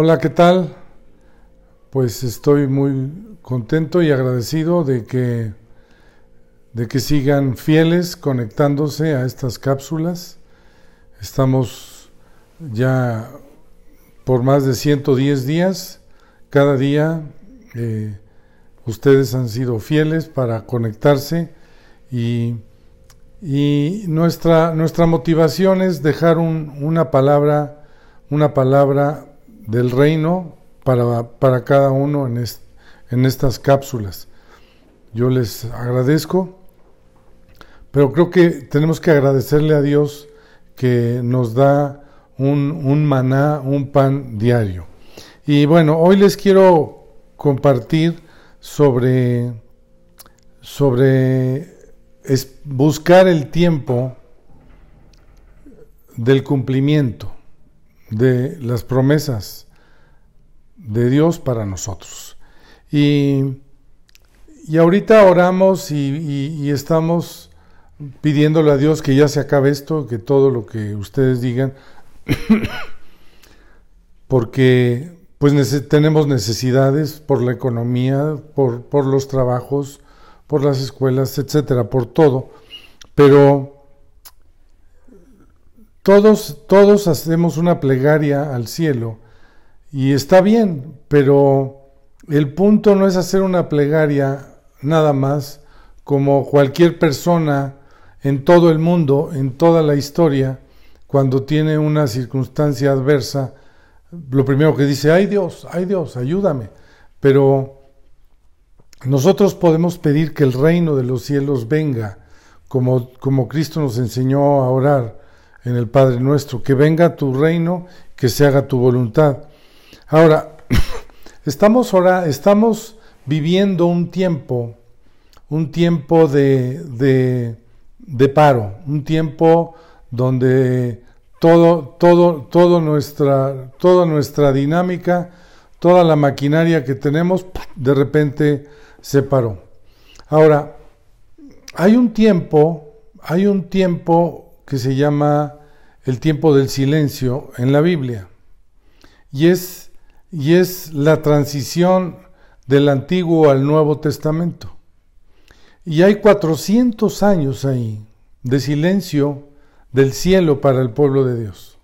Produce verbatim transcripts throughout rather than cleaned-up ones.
Hola, ¿qué tal? Pues estoy muy contento y agradecido de que, de que sigan fieles conectándose a estas cápsulas. Estamos ya por más de ciento diez días. Cada día eh, ustedes han sido fieles para conectarse y, y nuestra, nuestra motivación es dejar un, una palabra, una palabra del reino para, para cada uno en, est, en estas cápsulas. Yo les agradezco, pero creo que tenemos que agradecerle a Dios que nos da un, un maná, un pan diario. Y bueno, hoy les quiero compartir sobre, sobre es buscar el tiempo del cumplimiento de las promesas de Dios para nosotros. Y, y ahorita oramos y, y, y estamos pidiéndole a Dios que ya se acabe esto, que todo lo que ustedes digan, porque pues nece- tenemos necesidades por la economía, por, por los trabajos, por las escuelas, etcétera, por todo, pero Todos, todos hacemos una plegaria al cielo y está bien, pero el punto no es hacer una plegaria nada más como cualquier persona en todo el mundo, en toda la historia, cuando tiene una circunstancia adversa, lo primero que dice, ay Dios, ay Dios, ayúdame. Pero nosotros podemos pedir que el reino de los cielos venga, como, como Cristo nos enseñó a orar en el Padre Nuestro, que venga tu reino, que se haga tu voluntad. Ahora, estamos ahora, estamos viviendo un tiempo, un tiempo de, de, de paro, un tiempo donde todo, todo, todo nuestra, toda nuestra dinámica, toda la maquinaria que tenemos, de repente se paró. Ahora, hay un tiempo, hay un tiempo que se llama el tiempo del silencio en la Biblia, y es, y es la transición del Antiguo al Nuevo Testamento, y hay cuatrocientos años ahí de silencio del cielo para el pueblo de Dios.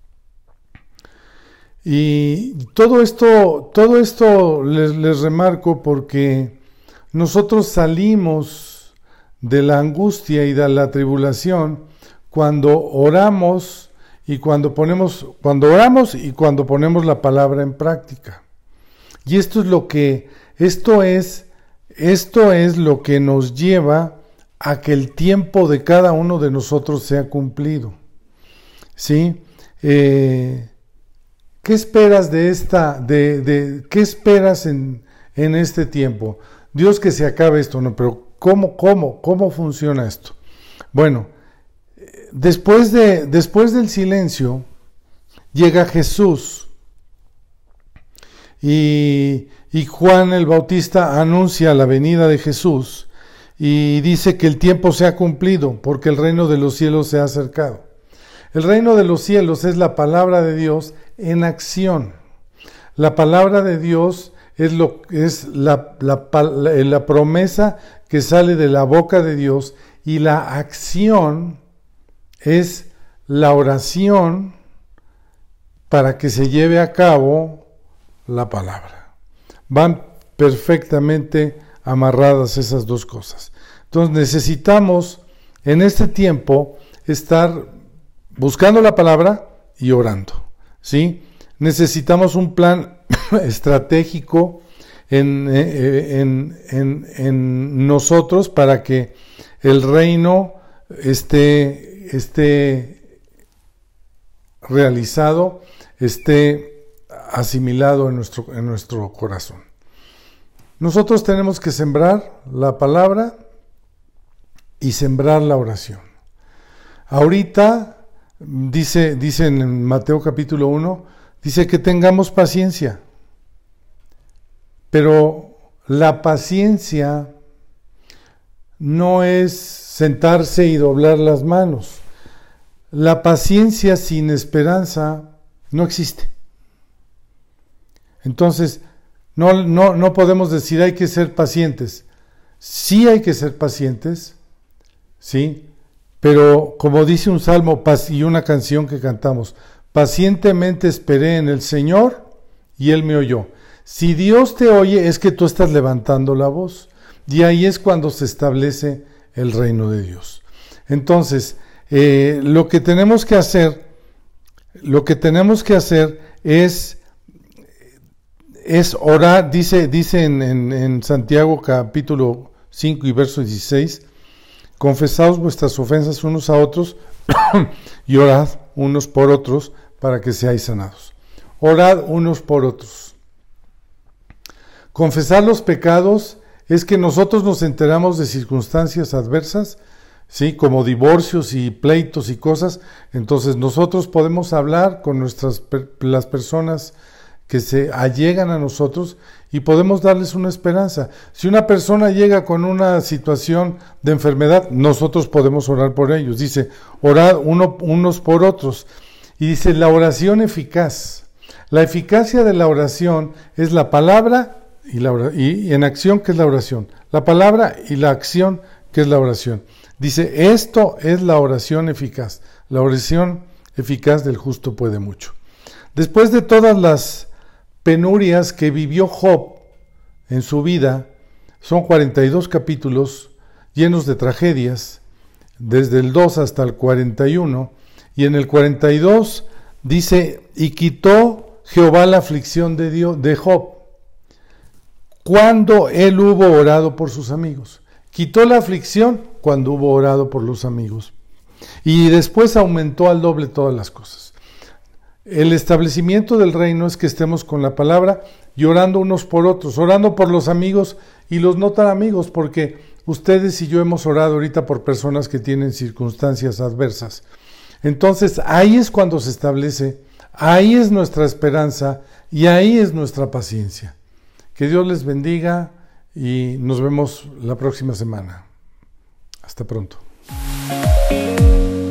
Y todo esto, todo esto les, les remarco porque nosotros salimos de la angustia y de la tribulación cuando oramos y cuando ponemos, cuando oramos y cuando ponemos la palabra en práctica. Y esto es lo que, esto es, esto es lo que nos lleva a que el tiempo de cada uno de nosotros sea cumplido. ¿Sí? Eh, ¿Qué esperas de esta, de, de, qué esperas en, en este tiempo? Dios, que se acabe esto, no, pero ¿cómo, cómo, cómo funciona esto? Bueno, Después, de, después del silencio, llega Jesús y, y Juan el Bautista anuncia la venida de Jesús y dice que el tiempo se ha cumplido porque el reino de los cielos se ha acercado. El reino de los cielos es la palabra de Dios en acción. La palabra de Dios es, lo, es la, la, la, la promesa que sale de la boca de Dios, y la acción es la oración para que se lleve a cabo la palabra. Van perfectamente amarradas esas dos cosas. Entonces necesitamos en este tiempo estar buscando la palabra y orando, ¿sí? Necesitamos un plan estratégico en, en, en, en nosotros para que el reino esté esté realizado, esté asimilado en nuestro, en nuestro corazón. Nosotros tenemos que sembrar la palabra y sembrar la oración. Ahorita, dice, dice en Mateo capítulo uno, dice que tengamos paciencia, pero la paciencia no es sentarse y doblar las manos. La paciencia sin esperanza no existe. Entonces, no, no, no podemos decir hay que ser pacientes. Sí hay que ser pacientes, ¿sí? Pero como dice un salmo y una canción que cantamos, pacientemente esperé en el Señor y Él me oyó. Si Dios te oye es que tú estás levantando la voz, y ahí es cuando se establece el reino de Dios. Entonces, eh, lo que tenemos que hacer, lo que tenemos que hacer es, es orar, dice, dice en, en, en Santiago capítulo cinco y verso dieciséis, confesaos vuestras ofensas unos a otros y orad unos por otros para que seáis sanados. Orad unos por otros. Confesar los pecados es que nosotros nos enteramos de circunstancias adversas, ¿sí? Como divorcios y pleitos y cosas. Entonces nosotros podemos hablar con nuestras las personas que se allegan a nosotros y podemos darles una esperanza. Si una persona llega con una situación de enfermedad, nosotros podemos orar por ellos. Dice, orad uno, unos por otros. Y dice, la oración eficaz. La eficacia de la oración es la palabra y, la, y, y en acción, que es la oración. La palabra y la acción, que es la oración. Dice, esto es la oración eficaz. La oración eficaz del justo puede mucho. Después de todas las penurias que vivió Job en su vida, son cuarenta y dos capítulos llenos de tragedias, desde el dos hasta el cuarenta y uno, y en el cuarenta y dos dice, y quitó Jehová la aflicción de Dios, de Job, cuando él hubo orado por sus amigos. Quitó la aflicción cuando hubo orado por los amigos. Y después aumentó al doble todas las cosas. El establecimiento del reino es que estemos con la palabra y orando unos por otros, orando por los amigos y los no tan amigos, porque ustedes y yo hemos orado ahorita por personas que tienen circunstancias adversas. Entonces ahí es cuando se establece, ahí es nuestra esperanza y ahí es nuestra paciencia. Que Dios les bendiga y nos vemos la próxima semana. Hasta pronto.